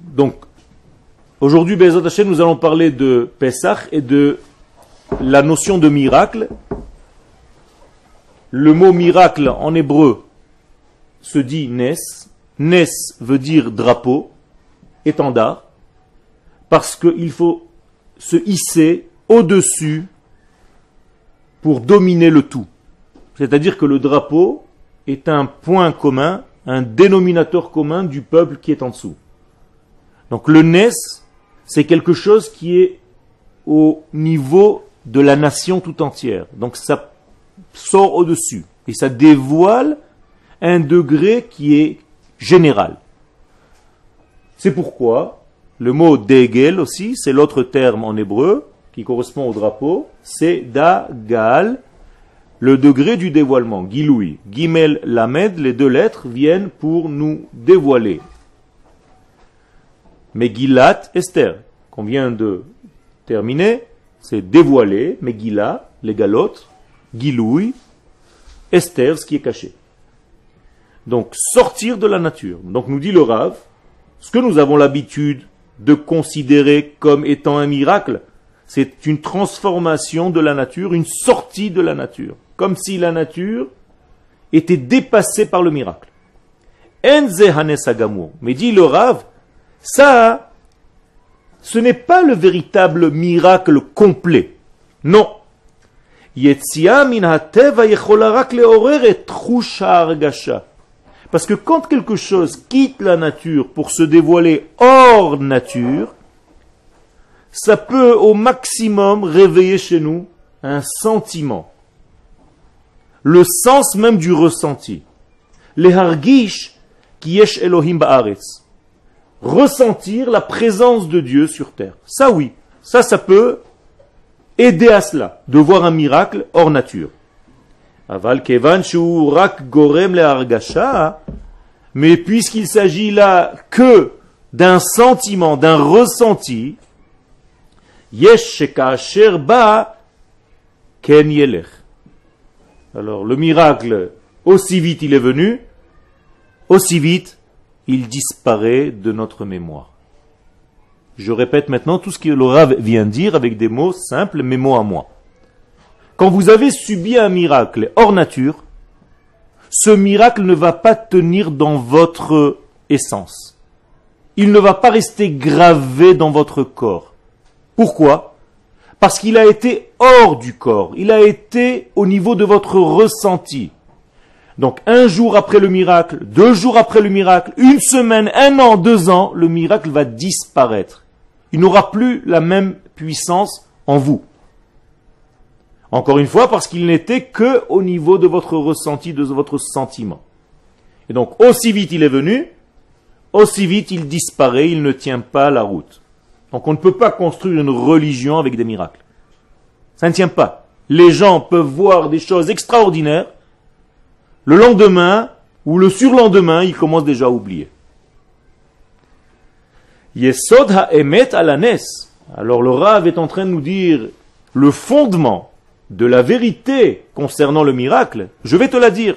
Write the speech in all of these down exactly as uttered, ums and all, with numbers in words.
Donc, aujourd'hui, Be'ezrat Hashem, nous allons parler de Pesach et de la notion de miracle. Le mot miracle en hébreu se dit Nes. Nes veut dire drapeau, étendard, parce qu'il faut se hisser au-dessus pour dominer le tout. C'est-à-dire que le drapeau est un point commun, un dénominateur commun du peuple qui est en dessous. Donc le Nes, c'est quelque chose qui est au niveau de la nation tout entière. Donc ça sort au-dessus et ça dévoile un degré qui est général. C'est pourquoi le mot Degel aussi, c'est l'autre terme en hébreu qui correspond au drapeau, c'est Dagal, le degré du dévoilement, Giloui. Gimel, Lamed, les deux lettres viennent pour nous dévoiler. Megillat, Esther, qu'on vient de terminer, c'est dévoiler, Megillah, les galotes, Giloui, Esther, ce qui est caché. Donc, sortir de la nature. Donc, nous dit le Rav, ce que nous avons l'habitude de considérer comme étant un miracle, c'est une transformation de la nature, une sortie de la nature. Comme si la nature était dépassée par le miracle. Enze hanes hagamur. Mais dit le Rav, ça, ce n'est pas le véritable miracle complet. Non. Yetzia min hateva yechola rak leorer et trusha argasha. Parce que quand quelque chose quitte la nature pour se dévoiler hors nature, ça peut au maximum réveiller chez nous un sentiment. Le sens même du ressenti. Les hargish ki yesh Elohim ba'aretz. Ressentir la présence de Dieu sur terre. Ça oui, ça ça peut aider à cela, de voir un miracle hors nature. Aval kevan shu rak gorem le hargasha, mais puisqu'il s'agit là que d'un sentiment, d'un ressenti, yesh shekasher ba ken yelech. Alors le miracle, aussi vite il est venu, aussi vite il disparaît de notre mémoire. Je répète maintenant tout ce que le Rav vient de dire avec des mots simples, mes mots à moi. Quand vous avez subi un miracle hors nature, ce miracle ne va pas tenir dans votre essence. Il ne va pas rester gravé dans votre corps. Pourquoi ? Parce qu'il a été hors du corps. Il a été au niveau de votre ressenti. Donc un jour après le miracle, deux jours après le miracle, une semaine, un an, deux ans, le miracle va disparaître. Il n'aura plus la même puissance en vous. Encore une fois, parce qu'il n'était que au niveau de votre ressenti, de votre sentiment. Et donc, aussi vite il est venu, aussi vite il disparaît, il ne tient pas la route. Donc on ne peut pas construire une religion avec des miracles. Ça ne tient pas. Les gens peuvent voir des choses extraordinaires, le lendemain ou le surlendemain, ils commencent déjà à oublier. Yesod ha'emet alanes. Alors le Rav est en train de nous dire le fondement de la vérité concernant le miracle. Je vais te la dire.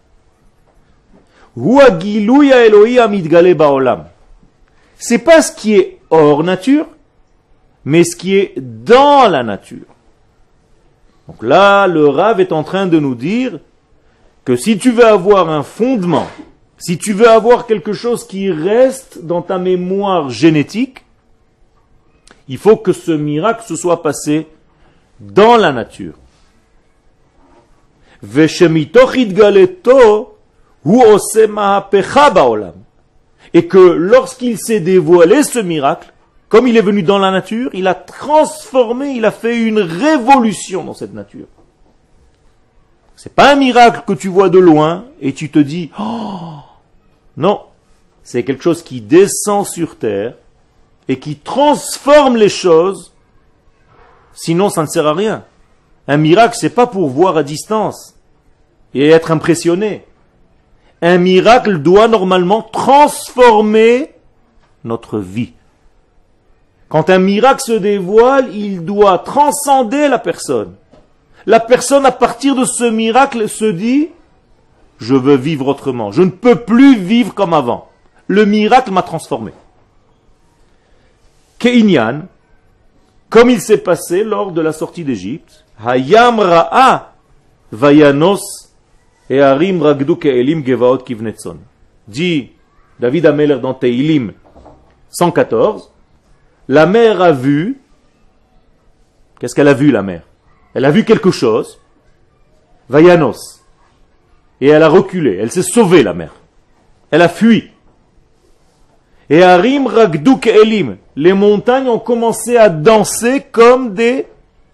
C'est pas ce qui est hors nature, mais ce qui est dans la nature. Donc là, le Rav est en train de nous dire que si tu veux avoir un fondement, si tu veux avoir quelque chose qui reste dans ta mémoire génétique, il faut que ce miracle se soit passé dans la nature. Et que lorsqu'il s'est dévoilé ce miracle, comme il est venu dans la nature, il a transformé, il a fait une révolution dans cette nature. C'est pas un miracle que tu vois de loin et tu te dis « Oh !» Non, c'est quelque chose qui descend sur terre et qui transforme les choses, sinon ça ne sert à rien. Un miracle, c'est pas pour voir à distance et être impressionné. Un miracle doit normalement transformer notre vie. Quand un miracle se dévoile, il doit transcender la personne. La personne, à partir de ce miracle, se dit « Je veux vivre autrement. Je ne peux plus vivre comme avant. Le miracle m'a transformé. » Ke'inyan, comme il s'est passé lors de la sortie d'Égypte, Hayam Ra'a Vayanos et Harim Ragdu Ke'elim Gevaot Kivnetzon. Dit David Ameler dans Teilim cent quatorze, la mer a vu, qu'est-ce qu'elle a vu la mer? Elle a vu quelque chose, Vayanos, et elle a reculé, elle s'est sauvée la mer, elle a fui. Et Harim Ragdu Ke'elim, les montagnes ont commencé à danser comme des...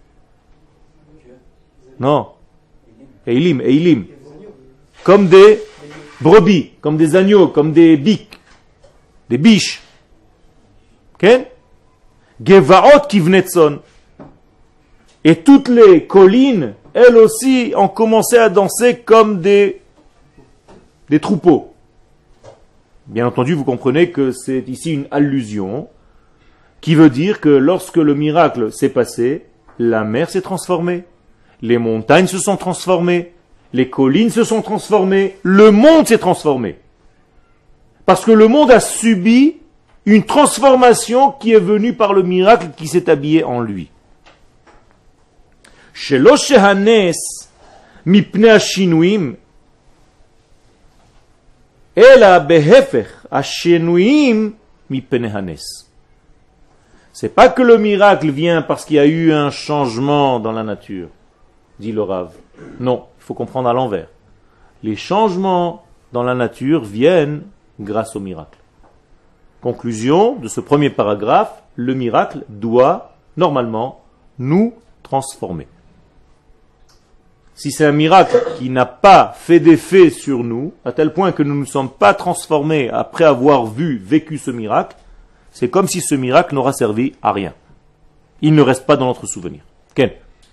Non, Eilim, Eilim, comme des brebis, comme des agneaux, comme des biques, des biches. Okay? Gevaot Kivnetzon. Et toutes les collines, elles aussi, ont commencé à danser comme des, des troupeaux. Bien entendu, vous comprenez que c'est ici une allusion qui veut dire que lorsque le miracle s'est passé, la mer s'est transformée, les montagnes se sont transformées, les collines se sont transformées, le monde s'est transformé. Parce que le monde a subi une transformation qui est venue par le miracle qui s'est habillé en lui. Shelo shehanes mipnei hashinuim ela behefech hashinuim mipnei hanes. C'est pas que le miracle vient parce qu'il y a eu un changement dans la nature, dit le Rav. Non, il faut comprendre à l'envers. Les changements dans la nature viennent grâce au miracle. Conclusion de ce premier paragraphe, le miracle doit normalement nous transformer. Si c'est un miracle qui n'a pas fait d'effet sur nous, à tel point que nous ne sommes pas transformés après avoir vu, vécu ce miracle, c'est comme si ce miracle n'aura servi à rien. Il ne reste pas dans notre souvenir. Ken?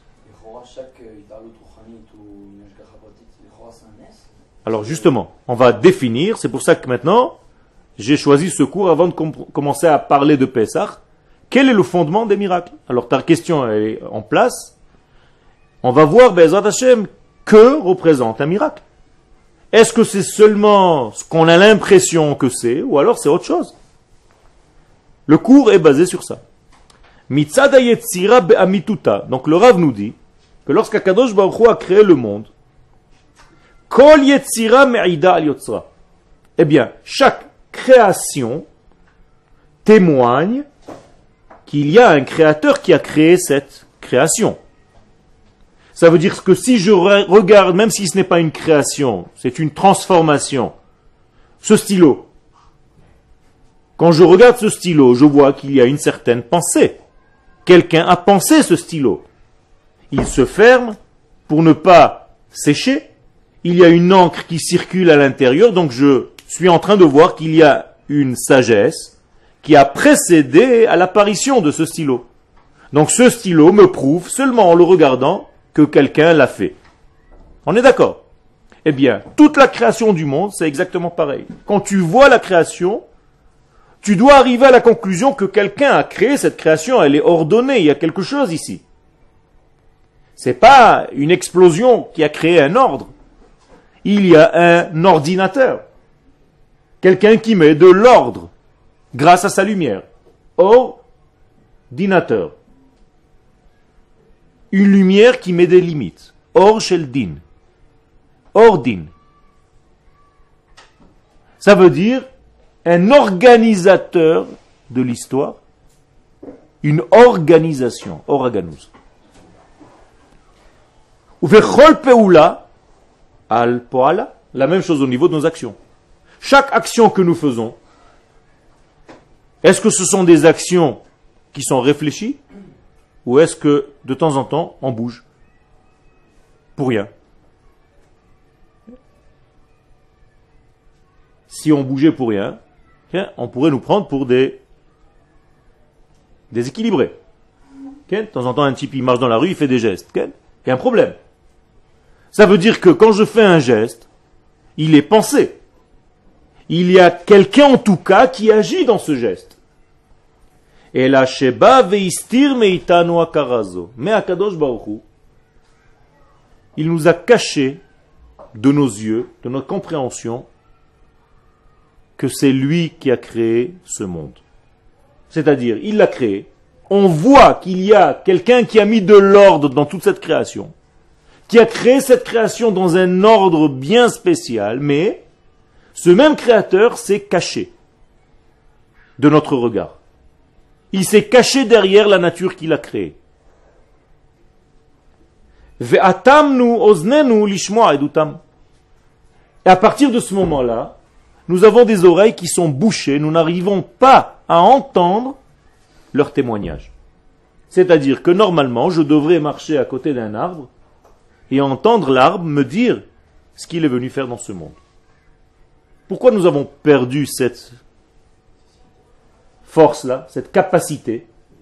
Alors justement, on va définir, c'est pour ça que maintenant, j'ai choisi ce cours avant de com- commencer à parler de Pessah. Quel est le fondement des miracles? Alors ta question elle est en place. On va voir, Be'ezrat Hashem, que représente un miracle. Est-ce que c'est seulement ce qu'on a l'impression que c'est, ou alors c'est autre chose? Le cours est basé sur ça. Mitzad hayetzira be'amituta. Donc le Rav nous dit que lorsqu'Akadosh Baruch Hu a créé le monde, Kol yetzira me'ida al yotzra. Eh bien, chaque création témoigne qu'il y a un créateur qui a créé cette création. Ça veut dire que si je regarde, même si ce n'est pas une création, c'est une transformation, ce stylo, quand je regarde ce stylo, je vois qu'il y a une certaine pensée. Quelqu'un a pensé ce stylo. Il se ferme pour ne pas sécher. Il y a une encre qui circule à l'intérieur, donc je suis en train de voir qu'il y a une sagesse qui a précédé à l'apparition de ce stylo. Donc ce stylo me prouve, seulement en le regardant, que quelqu'un l'a fait. On est d'accord? Eh bien, toute la création du monde, c'est exactement pareil. Quand tu vois la création, tu dois arriver à la conclusion que quelqu'un a créé cette création, elle est ordonnée, il y a quelque chose ici. C'est pas une explosion qui a créé un ordre. Il y a un ordinateur. Quelqu'un qui met de l'ordre grâce à sa lumière. Ordinateur. Une lumière qui met des limites. Or shel din. Ordin. Ça veut dire un organisateur de l'histoire. Une organisation. Oraganus. Uvechol peula al poala. La même chose au niveau de nos actions. Chaque action que nous faisons, est-ce que ce sont des actions qui sont réfléchies ou est-ce que de temps en temps on bouge pour rien? Si on bougeait pour rien, on pourrait nous prendre pour des déséquilibrés. De temps en temps un type il marche dans la rue, il fait des gestes. Il y a un problème. Ça veut dire que quand je fais un geste, il est pensé. Il y a quelqu'un en tout cas qui agit dans ce geste. Et la sheba veistir meitanu akarazo. Mais Akadosh Baruch Hu, il nous a caché de nos yeux, de notre compréhension, que c'est lui qui a créé ce monde. c'est-à-dire il l'a créé, on voit qu'il y a quelqu'un qui a mis de l'ordre dans toute cette création, qui a créé cette création dans un ordre bien spécial, mais ce même créateur s'est caché de notre regard. Il s'est caché derrière la nature qu'il a créée. Et à partir de ce moment-là, nous avons des oreilles qui sont bouchées, nous n'arrivons pas à entendre leur témoignage. C'est-à-dire que normalement, je devrais marcher à côté d'un arbre et entendre l'arbre me dire ce qu'il est venu faire dans ce monde. Pourquoi nous avons perdu cette force-là, cette capacité?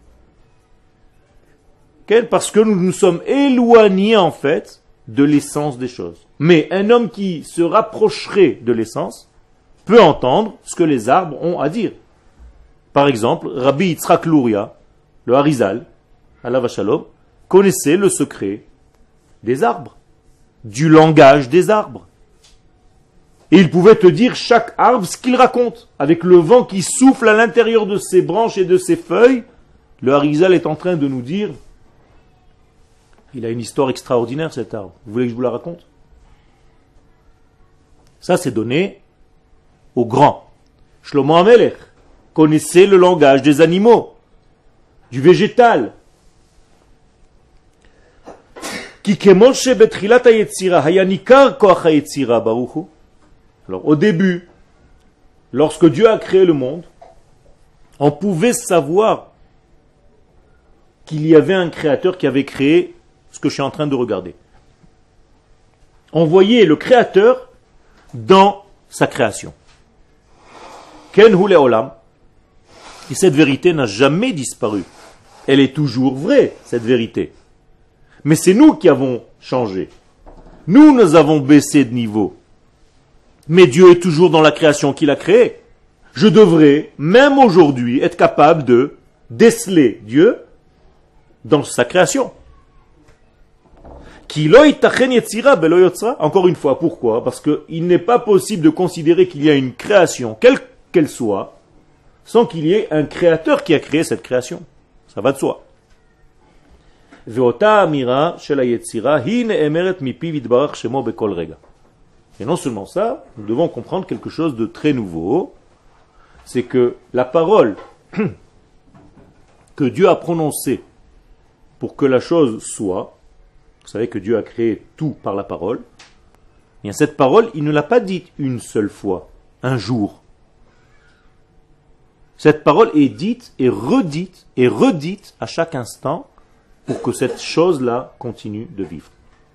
Parce que nous nous sommes éloignés en fait de l'essence des choses. Mais un homme qui se rapprocherait de l'essence peut entendre ce que les arbres ont à dire. Par exemple, Rabbi Yitzhak Luria, le Harizal, Alav Shalom, connaissait le secret des arbres, du langage des arbres. Et il pouvait te dire chaque arbre ce qu'il raconte. Avec le vent qui souffle à l'intérieur de ses branches et de ses feuilles, le Harizal est en train de nous dire, il a une histoire extraordinaire cet arbre. Vous voulez que je vous la raconte? Ça c'est donné aux grands. Shlomo HaMelech connaissait le langage des animaux, du végétal. Alors au début, lorsque Dieu a créé le monde, on pouvait savoir qu'il y avait un créateur qui avait créé ce que je suis en train de regarder. On voyait le créateur dans sa création. Ken hu le'olam. Et cette vérité n'a jamais disparu. Elle est toujours vraie, cette vérité. Mais c'est nous qui avons changé. Nous, nous avons baissé de niveau. Mais Dieu est toujours dans la création qu'il a créée. Je devrais, même aujourd'hui, être capable de déceler Dieu dans sa création. Encore une fois, pourquoi? Parce qu'il n'est pas possible de considérer qu'il y a une création, quelle qu'elle soit, sans qu'il y ait un créateur qui a créé cette création. Ça va de soi. Et non seulement ça, nous devons comprendre quelque chose de très nouveau, c'est que la parole que Dieu a prononcée pour que la chose soit, vous savez que Dieu a créé tout par la parole, et cette parole, il ne l'a pas dite une seule fois, un jour. Cette parole est dite et redite et redite à chaque instant pour que cette chose-là continue de vivre.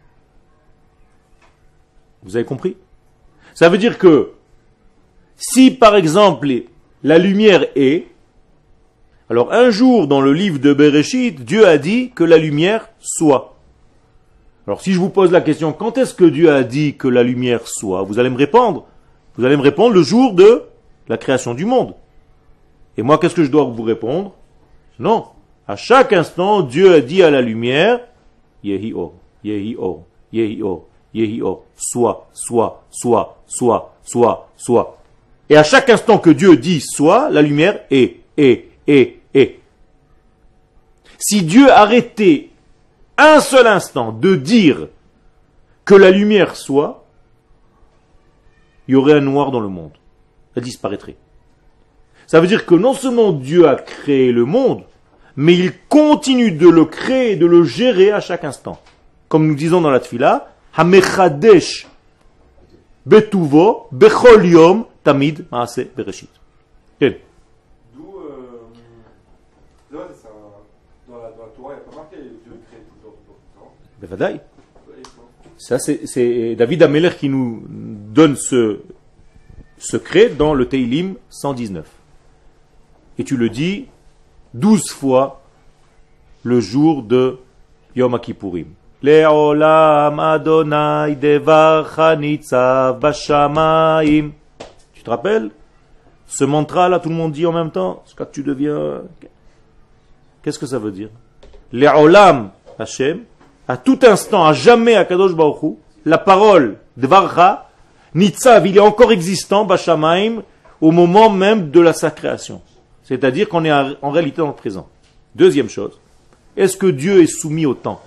Vous avez compris? Ça veut dire que si par exemple la lumière est, alors un jour dans le livre de Bereshit, Dieu a dit que la lumière soit. Alors si je vous pose la question, quand est-ce que Dieu a dit que la lumière soit? Vous allez me répondre. Vous allez me répondre le jour de la création du monde. Et moi, qu'est-ce que je dois vous répondre? Non. À chaque instant, Dieu a dit à la lumière, Yehi or, Yehi or, Yehi or, Yehi or, soit, soit, soit, soit, soit, soit. Et à chaque instant que Dieu dit soit, la lumière est, est, est, est. Si Dieu arrêtait un seul instant de dire que la lumière soit, il y aurait un noir dans le monde. Elle disparaîtrait. Ça veut dire que non seulement Dieu a créé le monde, mais il continue de le créer et de le gérer à chaque instant. Comme nous disons dans la Tfila, Hamechadesh betuvo bechol yom tamid maase bereshit. D'où, euh, là, ça, dans, la, dans la Torah, il n'y a pas marqué Dieu crée toujours, toujours, tout le temps. Bevadaï. Ça, c'est, c'est David Ameler qui nous donne ce secret dans le Teilim cent dix-neuf. Et tu le dis douze fois le jour de Yom Kippourim. Le'olam Adonai devarcha nitzav bashamayim. Tu te rappelles? Ce mantra-là, tout le monde dit en même temps. Quand tu deviens... Qu'est-ce que ça veut dire? Le'olam Hashem, à tout instant, à jamais, à Kadosh Baruch Hu, la parole devarcha nitzav, il est encore existant, bashamayim, au moment même de la sa création. C'est-à-dire qu'on est en réalité dans le présent. Deuxième chose, est-ce que Dieu est soumis au temps?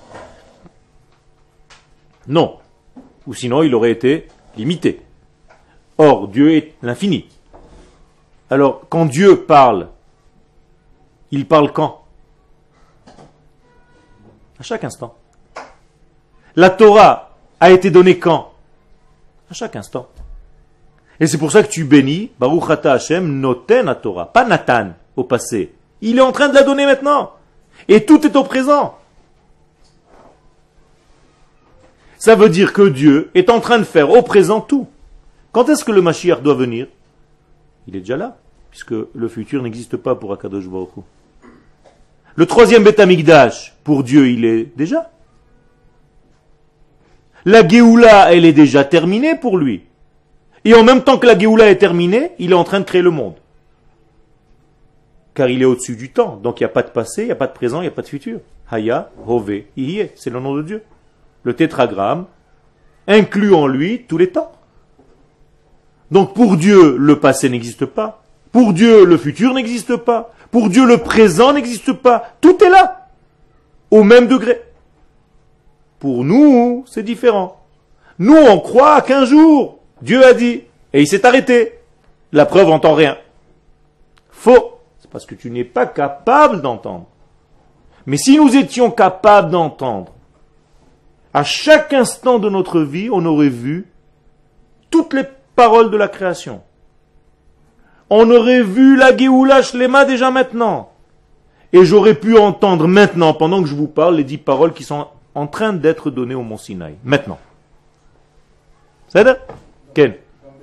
Non. Ou sinon, il aurait été limité. Or, Dieu est l'infini. Alors, quand Dieu parle, il parle quand? À chaque instant. La Torah a été donnée quand? À chaque instant. Et c'est pour ça que tu bénis, Baruch Ata Hashem noten la Torah, pas Nathan au passé. Il est en train de la donner maintenant. Et tout est au présent. Ça veut dire que Dieu est en train de faire au présent tout. Quand est-ce que le Mashiach doit venir? Il est déjà là, puisque le futur n'existe pas pour Akadosh Baruch Hu. Le troisième Beth Amikdash, pour Dieu, il est déjà. La Géoula, elle est déjà terminée pour lui. Et en même temps que la Géoula est terminée, il est en train de créer le monde. Car il est au-dessus du temps. Donc il n'y a pas de passé, il n'y a pas de présent, il n'y a pas de futur. Haya, Hove, Ihye, c'est le nom de Dieu. Le tétragramme inclut en lui tous les temps. Donc pour Dieu, le passé n'existe pas. Pour Dieu, le futur n'existe pas. Pour Dieu, le présent n'existe pas. Tout est là, au même degré. Pour nous, c'est différent. Nous, on croit qu'un jour, Dieu a dit, et il s'est arrêté. La preuve, on n'entend rien. Faux. C'est parce que tu n'es pas capable d'entendre. Mais si nous étions capables d'entendre, à chaque instant de notre vie, on aurait vu toutes les paroles de la création. On aurait vu la Géoula Shlema déjà maintenant. Et j'aurais pu entendre maintenant, pendant que je vous parle, les dix paroles qui sont en train d'être données au Mont Sinaï. Maintenant. C'est ça? Ken?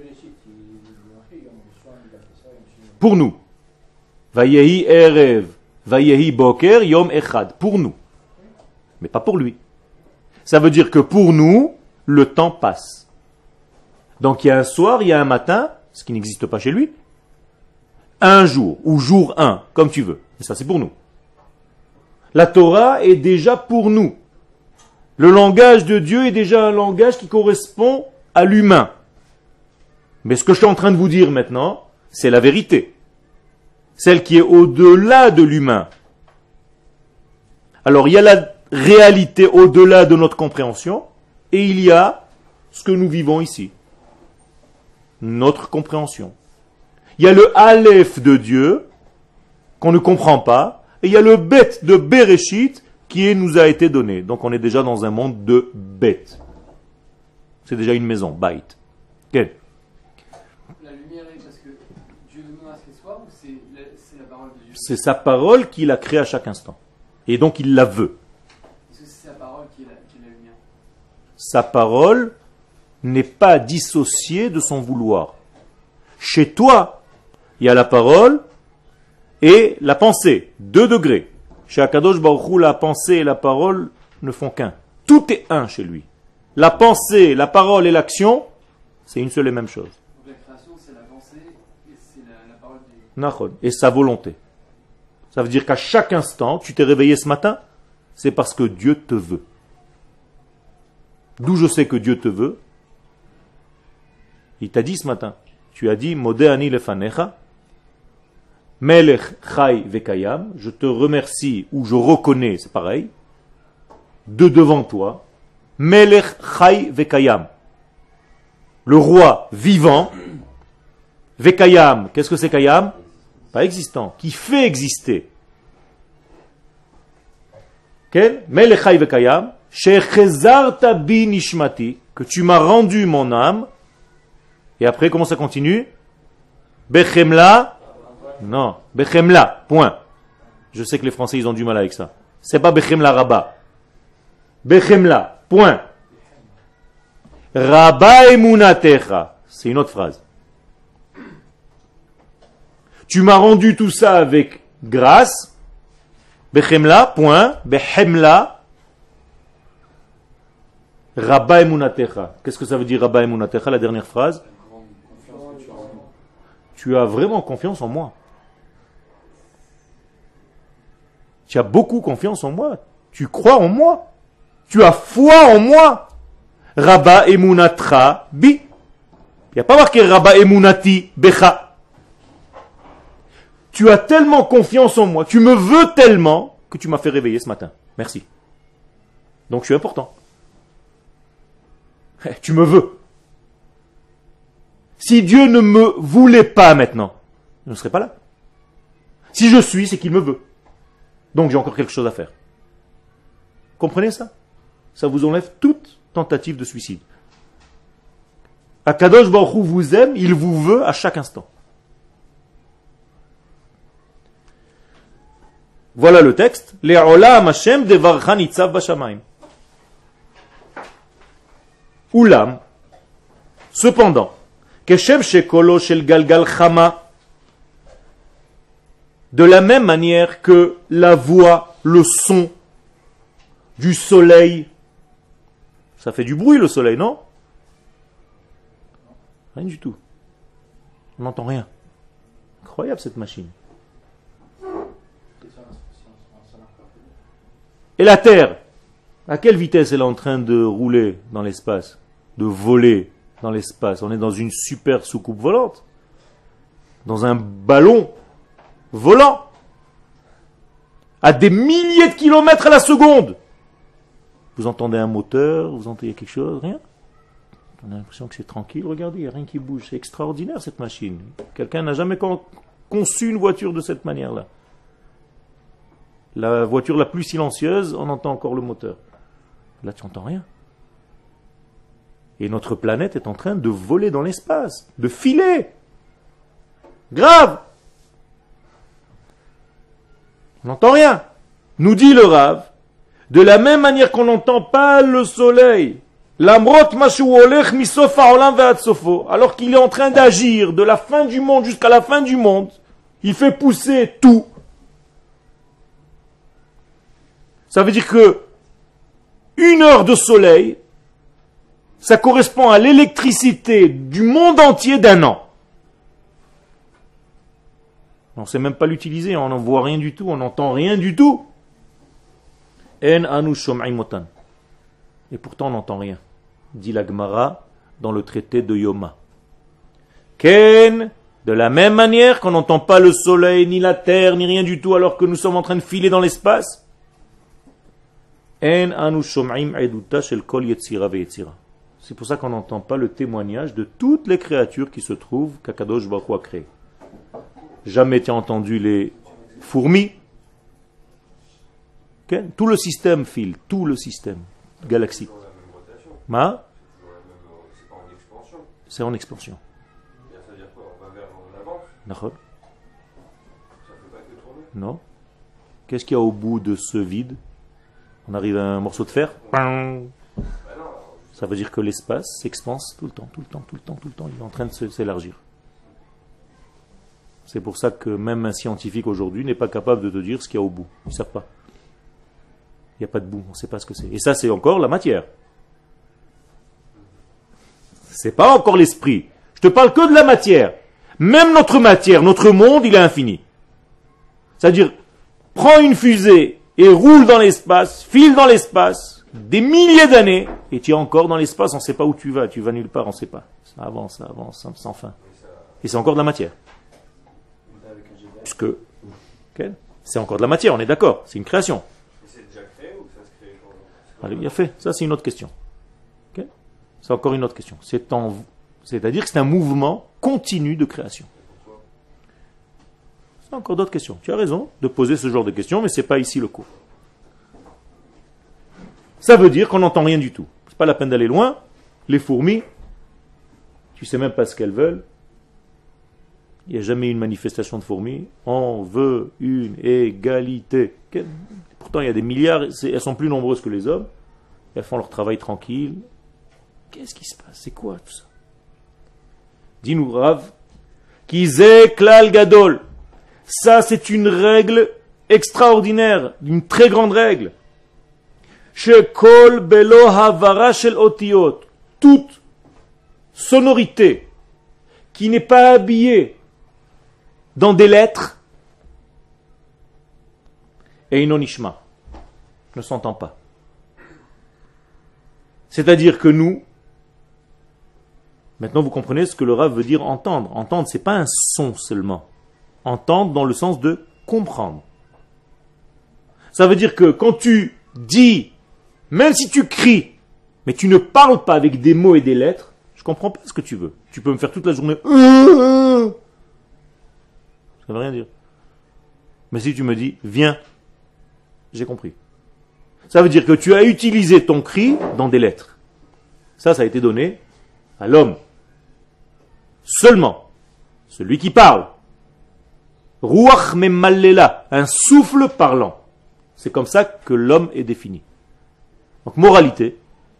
Pour nous. Vayehi Erev, Vayehi Boker, Yom Echad. Pour nous. Mais pas pour lui. Ça veut dire que pour nous, le temps passe. Donc il y a un soir, il y a un matin, ce qui n'existe pas chez lui, un jour, ou jour un, comme tu veux. Et ça, c'est pour nous. La Torah est déjà pour nous. Le langage de Dieu est déjà un langage qui correspond à l'humain. Mais ce que je suis en train de vous dire maintenant, c'est la vérité. Celle qui est au-delà de l'humain. Alors, il y a la réalité au-delà de notre compréhension, et il y a ce que nous vivons ici. Notre compréhension. Il y a le Aleph de Dieu, qu'on ne comprend pas, et il y a le Bet de Bereshit, qui est, nous a été donné. Donc on est déjà dans un monde de Bet. C'est déjà une maison, Bait. Quel? La lumière est parce que Dieu nous a fait soir, ou c'est la, c'est la parole de Dieu? C'est sa parole qu'il a créée à chaque instant. Et donc il la veut. Est-ce que c'est sa parole qui est la, qui est la lumière? Sa parole n'est pas dissociée de son vouloir. Chez toi, il y a la parole et la pensée, deux degrés. Chez Akadosh Baruch Hu, la pensée et la parole ne font qu'un. Tout est un chez lui. La pensée, la parole et l'action, c'est une seule et même chose. Donc la création, c'est la pensée et c'est la, la parole de Dieu. Nachon. Et sa volonté. Ça veut dire qu'à chaque instant, tu t'es réveillé ce matin, c'est parce que Dieu te veut. D'où je sais que Dieu te veut? Il t'a dit ce matin, tu as dit, Modeh ani lefanecha, Melech chai vekayam, je te remercie ou je reconnais, c'est pareil, de devant toi, Melech chai vekayam, le roi vivant, vekayam, qu'est-ce que c'est kayam? Pas existant, qui fait exister. Quel? Melech chai vekayam, shechezarta bi nishmati, que tu m'as rendu mon âme. Et après, comment ça continue? Bechemla. Non, Bechemla, point. Je sais que les Français, ils ont du mal avec ça. C'est pas Bechemla Rabba. Bechemla, point. Rabba emunatecha. C'est une autre phrase. Tu m'as rendu tout ça avec grâce. Bechemla, point. Bechemla. Rabba emunatecha. Qu'est-ce que ça veut dire Rabba emunatecha, la dernière phrase? Tu as vraiment confiance en moi. Tu as beaucoup confiance en moi. Tu crois en moi. Tu as foi en moi. Rabba emunatra bi. Il n'y a pas marqué Rabba emunati becha. tu as tellement confiance en moi, tu me veux tellement que tu m'as fait réveiller ce matin. Merci. Donc je suis important. Tu me veux. Si Dieu ne me voulait pas maintenant, je ne serais pas là. Si je suis, c'est qu'il me veut. Donc j'ai encore quelque chose à faire. Comprenez ça? Ça vous enlève toute tentative de suicide. Akadosh Baruch Hu vous aime, il vous veut à chaque instant. Voilà le texte. Le'olam Hashem devarcha nitzav bashamayim. Oulam. Cependant, keshem shekolo shel galgal chama. De la même manière que la voix, le son du soleil, ça fait du bruit le soleil, non? Rien du tout. On n'entend rien. Incroyable cette machine. Et la Terre, à quelle vitesse elle est en train de rouler dans l'espace, de voler dans l'espace? On est dans une super soucoupe volante, dans un ballon volant, à des milliers de kilomètres à la seconde. Vous entendez un moteur, vous entendez quelque chose? Rien. On a l'impression que c'est tranquille. Regardez, il n'y a rien qui bouge. C'est extraordinaire cette machine. Quelqu'un n'a jamais con- conçu une voiture de cette manière-là. La voiture la plus silencieuse, on entend encore le moteur. Là, tu n'entends rien. Et notre planète est en train de voler dans l'espace, de filer. Grave. On n'entend rien. Nous dit le Rav, de la même manière qu'on n'entend pas le soleil, l'amrot mashu olech misof ha'olam ve'ad sofo, alors qu'il est en train d'agir de la fin du monde jusqu'à la fin du monde, il fait pousser tout. Ça veut dire que une heure de soleil, ça correspond à l'électricité du monde entier d'un an. On ne sait même pas l'utiliser, on n'en voit rien du tout, on n'entend rien du tout. En anu shom'im otan. Et pourtant on n'entend rien, dit la Gemara dans le traité de Yoma. Ken, de la même manière qu'on n'entend pas le soleil, ni la terre, ni rien du tout, alors que nous sommes en train de filer dans l'espace. En anu shom'im eduta shel kol yetzira ve'yetzira. C'est pour ça qu'on n'entend pas le témoignage de toutes les créatures qui se trouvent qu'Akadosh Baruch Hu a créées. Jamais tu as entendu les fourmis. Okay? Tout le système file, tout le système galaxique. Ma? C'est en expansion. Ça veut dire quoi? On va vers l'avant? Non. Qu'est-ce qu'il y a au bout de ce vide? On arrive à un morceau de fer. Ça veut dire que l'espace s'expanse tout le temps, tout le temps, tout le temps, tout le temps. Il est en train de s'élargir. C'est pour ça que même un scientifique aujourd'hui n'est pas capable de te dire ce qu'il y a au bout. Ils ne savent pas. Il n'y a pas de bout, on ne sait pas ce que c'est. Et ça, c'est encore la matière. C'est pas encore l'esprit. Je te parle que de la matière. Même notre matière, notre monde, il est infini. C'est-à-dire, prends une fusée et roule dans l'espace, file dans l'espace, des milliers d'années, et tu es encore dans l'espace, on ne sait pas où tu vas, tu vas nulle part, on ne sait pas. Ça avance, ça avance, sans fin. Et c'est encore de la matière. Puisque, okay, c'est encore de la matière, on est d'accord, c'est une création. C'est déjà créé ou ça se crée? Allez, il a fait, ça c'est une autre question. Okay, c'est encore une autre question. C'est en, c'est-à-dire que c'est un mouvement continu de création. C'est encore d'autres questions. Tu as raison de poser ce genre de questions, mais ce n'est pas ici le cours. Ça veut dire qu'on n'entend rien du tout. C'est pas la peine d'aller loin. Les fourmis, tu sais même pas ce qu'elles veulent. Il n'y a jamais eu une manifestation de fourmis. On veut une égalité. Pourtant, il y a des milliards, elles sont plus nombreuses que les hommes. Elles font leur travail tranquille. Qu'est-ce qui se passe? C'est quoi tout ça? Dis-nous, Rav. Kizé klal gadol. Ça, c'est une règle extraordinaire, une très grande règle. Shekol belo havara shel otiyot. Toute sonorité qui n'est pas habillée dans des lettres, et inonishma, ne s'entend pas. C'est-à-dire que nous, maintenant vous comprenez ce que le Rav veut dire entendre. Entendre, c'est pas un son seulement. Entendre dans le sens de comprendre. Ça veut dire que quand tu dis, même si tu cries, mais tu ne parles pas avec des mots et des lettres, je comprends pas ce que tu veux. Tu peux me faire toute la journée. Ça ne veut rien dire. Mais si tu me dis, viens, j'ai compris. Ça veut dire que tu as utilisé ton cri dans des lettres. Ça, ça a été donné à l'homme. Seulement, celui qui parle. Ruach memallela, un souffle parlant. C'est comme ça que l'homme est défini. Donc, moralité.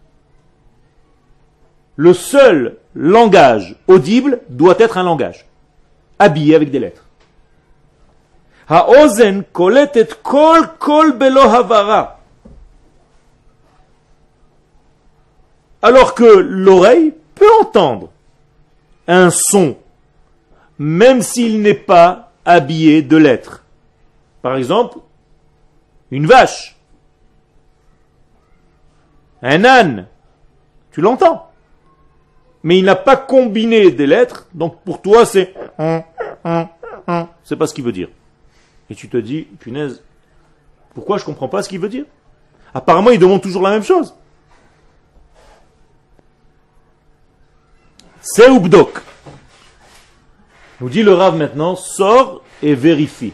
Le seul langage audible doit être un langage. Habillé avec des lettres. Ha'ozen koletet kol kol belo havara. Alors que l'oreille peut entendre un son, même s'il n'est pas habillé de lettres. Par exemple, une vache, un âne, tu l'entends. Mais il n'a pas combiné des lettres, donc pour toi c'est un, un, un, c'est pas ce qu'il veut dire. Et tu te dis, punaise, pourquoi je comprends pas ce qu'il veut dire? Apparemment, il demande toujours la même chose. C'est Ubdok. Nous dit le Rav maintenant, sors et vérifie.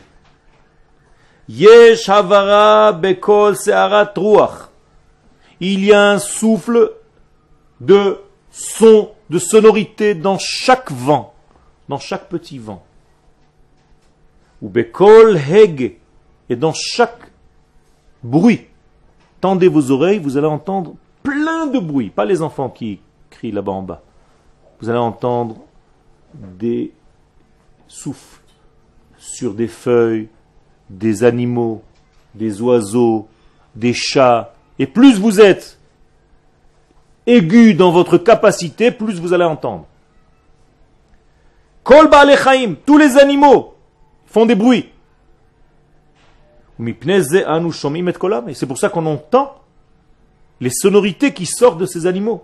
Yesh havara bekol se'arat ruach. Il y a un souffle de son, de sonorité dans chaque vent, dans chaque petit vent. Ou bekol heg, et dans chaque bruit. Tendez vos oreilles, vous allez entendre plein de bruits, pas les enfants qui crient là-bas en bas. Vous allez entendre des souffles sur des feuilles, des animaux, des oiseaux, des chats. Et plus vous êtes aigu dans votre capacité, plus vous allez entendre. Kol ba'alei chaim, tous les animaux font des bruits. Et c'est pour ça qu'on entend les sonorités qui sortent de ces animaux.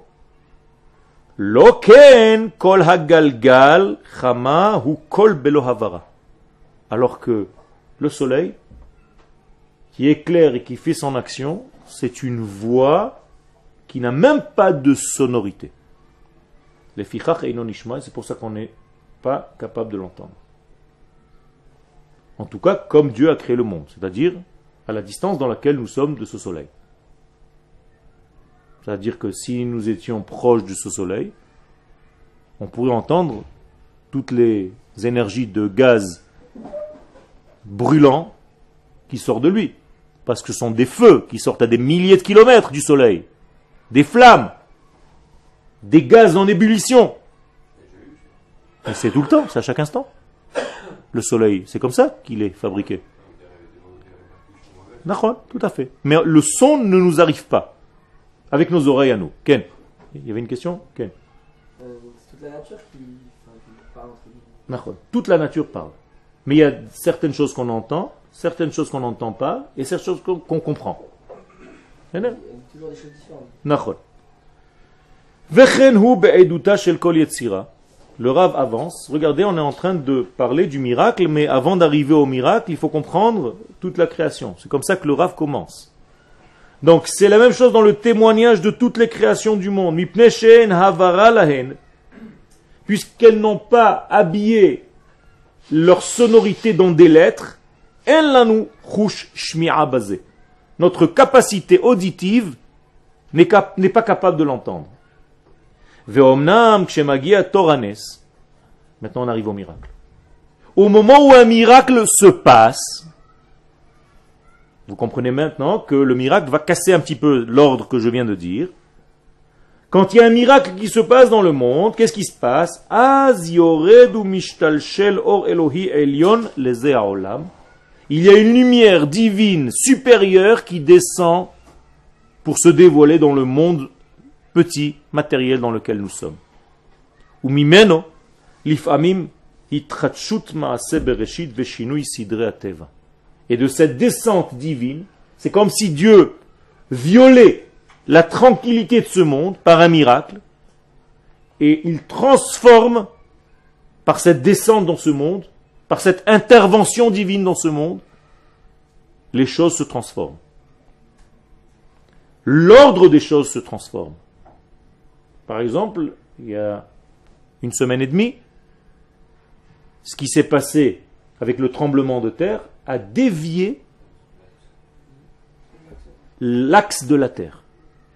Loken kol hagalgal chama hu kol belo havara. Alors que le soleil, qui éclaire et qui fait son action, c'est une voix qui n'a même pas de sonorité. Les fichach einon nishma, c'est pour ça qu'on n'est pas capable de l'entendre. En tout cas, comme Dieu a créé le monde, c'est-à-dire à la distance dans laquelle nous sommes de ce soleil. C'est-à-dire que si nous étions proches de ce soleil, on pourrait entendre toutes les énergies de gaz brûlants qui sortent de lui. Parce que ce sont des feux qui sortent à des milliers de kilomètres du soleil. Des flammes. Des gaz en ébullition. Et c'est tout le temps, c'est à chaque instant. Le soleil, c'est comme ça qu'il est fabriqué. D'accord, tout à fait. Mais le son ne nous arrive pas. Avec nos oreilles à nous. Ken, il y avait une question? Ken. Euh, c'est toute la nature qui, enfin, qui parle entre nous. D'accord, toute la nature parle. Mais il y a certaines choses qu'on entend, certaines choses qu'on n'entend pas, et certaines choses qu'on, qu'on comprend. Il y a toujours des choses différentes. D'accord. Vechen hu be'eduta shel kol yetzira. Le Rav avance. Regardez, on est en train de parler du miracle, mais avant d'arriver au miracle, il faut comprendre toute la création. C'est comme ça que le Rav commence. Donc, c'est la même chose dans le témoignage de toutes les créations du monde. Mipnei she'en havara lahen. Puisqu'elles n'ont pas habillé leur sonorité dans des lettres, en lanu chush shmi'a bazeh. Notre capacité auditive n'est, cap- n'est pas capable de l'entendre. Ve'omnam kshemagia toranes. Maintenant on arrive au miracle. Au moment où un miracle se passe, vous comprenez maintenant que le miracle va casser un petit peu l'ordre que je viens de dire. Quand il y a un miracle qui se passe dans le monde, qu'est-ce qui se passe? Az yoredu mishtalshel or Elohi elyon leze haolam. Il y a une lumière divine supérieure qui descend pour se dévoiler dans le monde petit, matériel dans lequel nous sommes. Ou mimeno, lifamim, hitratshut maase bereshit veshinui sidre ateva. Et de cette descente divine, c'est comme si Dieu violait la tranquillité de ce monde par un miracle, et il transforme, par cette descente dans ce monde, par cette intervention divine dans ce monde, les choses se transforment. L'ordre des choses se transforme. Par exemple, il y a une semaine et demie, ce qui s'est passé avec le tremblement de terre a dévié l'axe de la terre.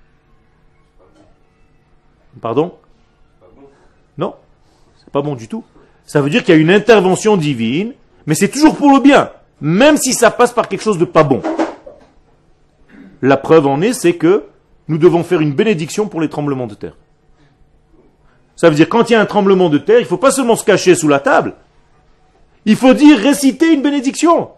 Pardon? Non, c'est pas bon du tout. Ça veut dire qu'il y a une intervention divine, mais c'est toujours pour le bien, même si ça passe par quelque chose de pas bon. La preuve en est, c'est que nous devons faire une bénédiction pour les tremblements de terre. Ça veut dire quand il y a un tremblement de terre, il ne faut pas seulement se cacher sous la table. Il faut dire, réciter une bénédiction.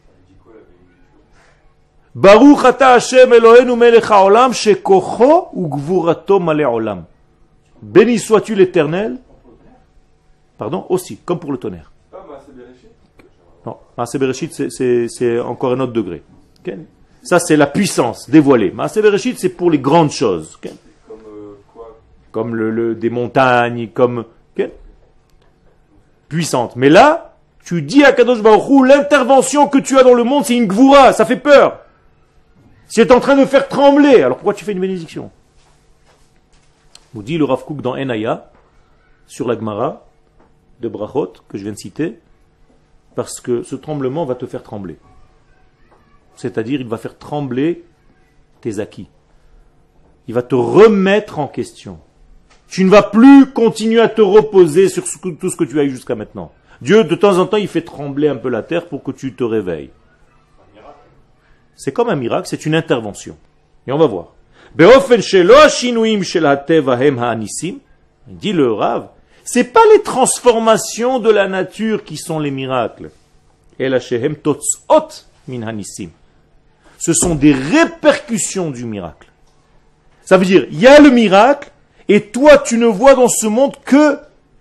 Baruch ata Hashem Eloheinu melech haolam shekocho ugvurato maleh olam. Béni sois-tu l'Éternel. Pardon, aussi, comme pour le tonnerre. Non, Maaseh Bereshit, c'est, c'est, c'est encore un autre degré. Okay? Ça, c'est la puissance dévoilée. Maaseh Bereshit, c'est pour les grandes choses. Okay? Comme euh, quoi? Comme le, le, des montagnes, comme... Okay? Puissante. Mais là, tu dis à Kadosh Baruch Hu, l'intervention que tu as dans le monde, c'est une gvoura, ça fait peur. C'est en train de faire trembler. Alors pourquoi tu fais une bénédiction? Vous dit le Rav Kook dans Enaya, sur la Gemara de Brachot, que je viens de citer, parce que ce tremblement va te faire trembler. C'est-à-dire, il va faire trembler tes acquis. Il va te remettre en question. Tu ne vas plus continuer à te reposer sur tout ce que tu as eu jusqu'à maintenant. Dieu, de temps en temps, il fait trembler un peu la terre pour que tu te réveilles. C'est comme un miracle, c'est une intervention. Et on va voir. Il dit le Rav, c'est pas les transformations de la nature qui sont les miracles. Ce sont des répercussions du miracle. Ça veut dire, il y a le miracle, et toi, tu ne vois dans ce monde que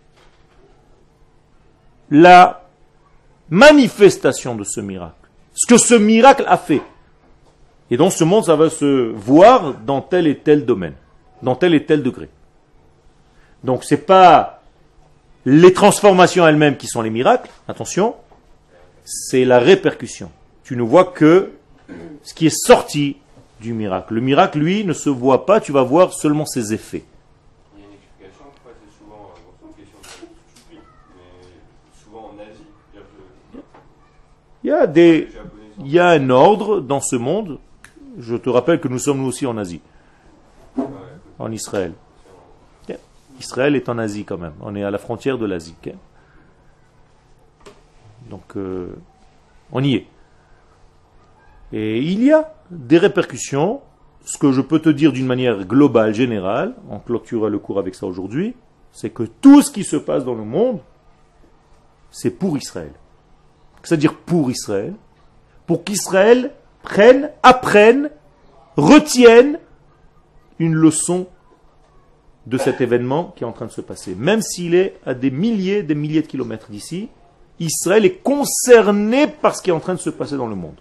la manifestation de ce miracle. Ce que ce miracle a fait. Et dans ce monde, ça va se voir dans tel et tel domaine, dans tel et tel degré. Donc, ce n'est pas les transformations elles-mêmes qui sont les miracles, attention, c'est la répercussion. Tu ne vois que ce qui est sorti du miracle. Le miracle, lui, ne se voit pas, tu vas voir seulement ses effets. Il y a une explication, pourquoi c'est souvent, euh, une question de mais souvent en Asie. Il y a des, il y a un ordre dans ce monde. Je te rappelle que nous sommes nous aussi en Asie, en Israël. Israël est en Asie quand même. On est à la frontière de l'Asie. Donc, euh, on y est. Et il y a des répercussions. Ce que je peux te dire d'une manière globale, générale, on clôturera le cours avec ça aujourd'hui, c'est que tout ce qui se passe dans le monde, c'est pour Israël. C'est-à-dire pour Israël, pour qu'Israël prenne, apprenne, retienne une leçon de cet événement qui est en train de se passer. Même s'il est à des milliers, des milliers de kilomètres d'ici, Israël est concerné par ce qui est en train de se passer dans le monde.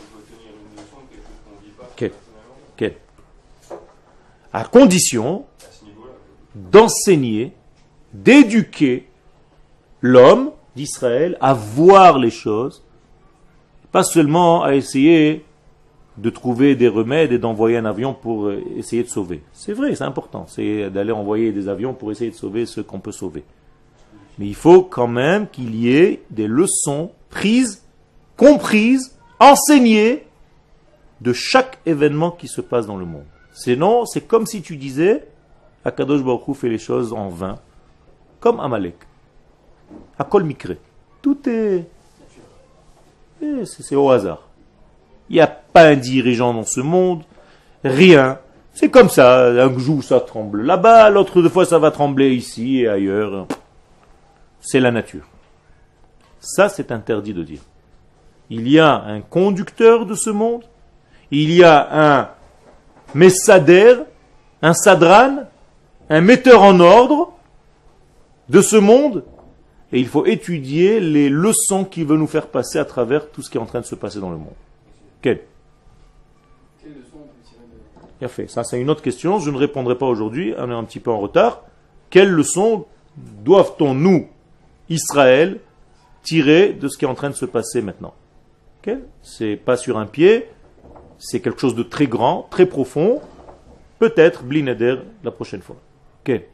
Okay. Okay. À condition d'enseigner, d'éduquer l'homme d'Israël à voir les choses, pas seulement à essayer de trouver des remèdes et d'envoyer un avion pour essayer de sauver. C'est vrai, c'est important, c'est d'aller envoyer des avions pour essayer de sauver ce qu'on peut sauver. Mais il faut quand même qu'il y ait des leçons prises, comprises, enseignées de chaque événement qui se passe dans le monde. Sinon, c'est comme si tu disais, Akadosh Baruch Hu fait les choses en vain, comme Amalek. Akol Mikre. Tout est... C'est, c'est au hasard. Il n'y a pas un dirigeant dans ce monde, rien. C'est comme ça, un jour ça tremble là-bas, l'autre fois ça va trembler ici et ailleurs. C'est la nature. Ça, c'est interdit de dire. Il y a un conducteur de ce monde, il y a un messader, un sadran, un metteur en ordre de ce monde, et il faut étudier les leçons qu'il veut nous faire passer à travers tout ce qui est en train de se passer dans le monde. Quelle Quelle leçon on peut tirer de... Bien fait. Ça, c'est une autre question. Je ne répondrai pas aujourd'hui. On est un petit peu en retard. Quelles leçons doivent-on, nous, Israël, tiré de ce qui est en train de se passer maintenant. Okay? C'est pas sur un pied, c'est quelque chose de très grand, très profond. Peut-être Bli Neder la prochaine fois. Okay.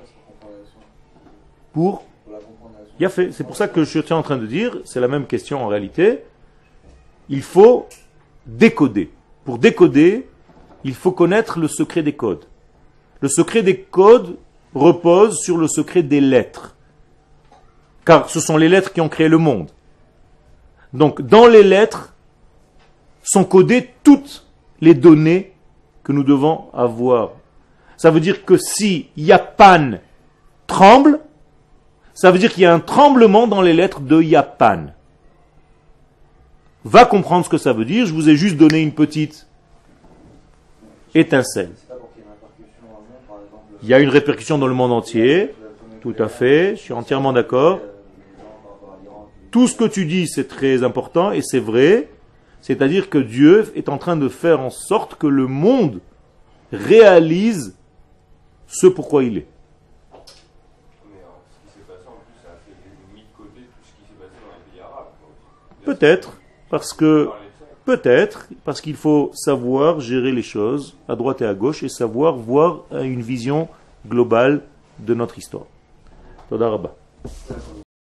Pour Il y a fait. C'est pour ça que je suis en train de dire, c'est la même question en réalité. Il faut décoder. Pour décoder, il faut connaître le secret des codes. Le secret des codes repose sur le secret des lettres. Car ce sont les lettres qui ont créé le monde. Donc, dans les lettres sont codées toutes les données que nous devons avoir. Ça veut dire que si Yapan tremble, ça veut dire qu'il y a un tremblement dans les lettres de Yapan. Va comprendre ce que ça veut dire. Je vous ai juste donné une petite étincelle. Il y a une répercussion dans le monde entier. Tout à fait. Je suis entièrement d'accord. Tout ce que tu dis, c'est très important et c'est vrai. C'est-à-dire que Dieu est en train de faire en sorte que le monde réalise ce pourquoi il est. Peut-être, parce que peut-être parce qu'il faut savoir gérer les choses à droite et à gauche et savoir voir une vision globale de notre histoire. Toda Rabba.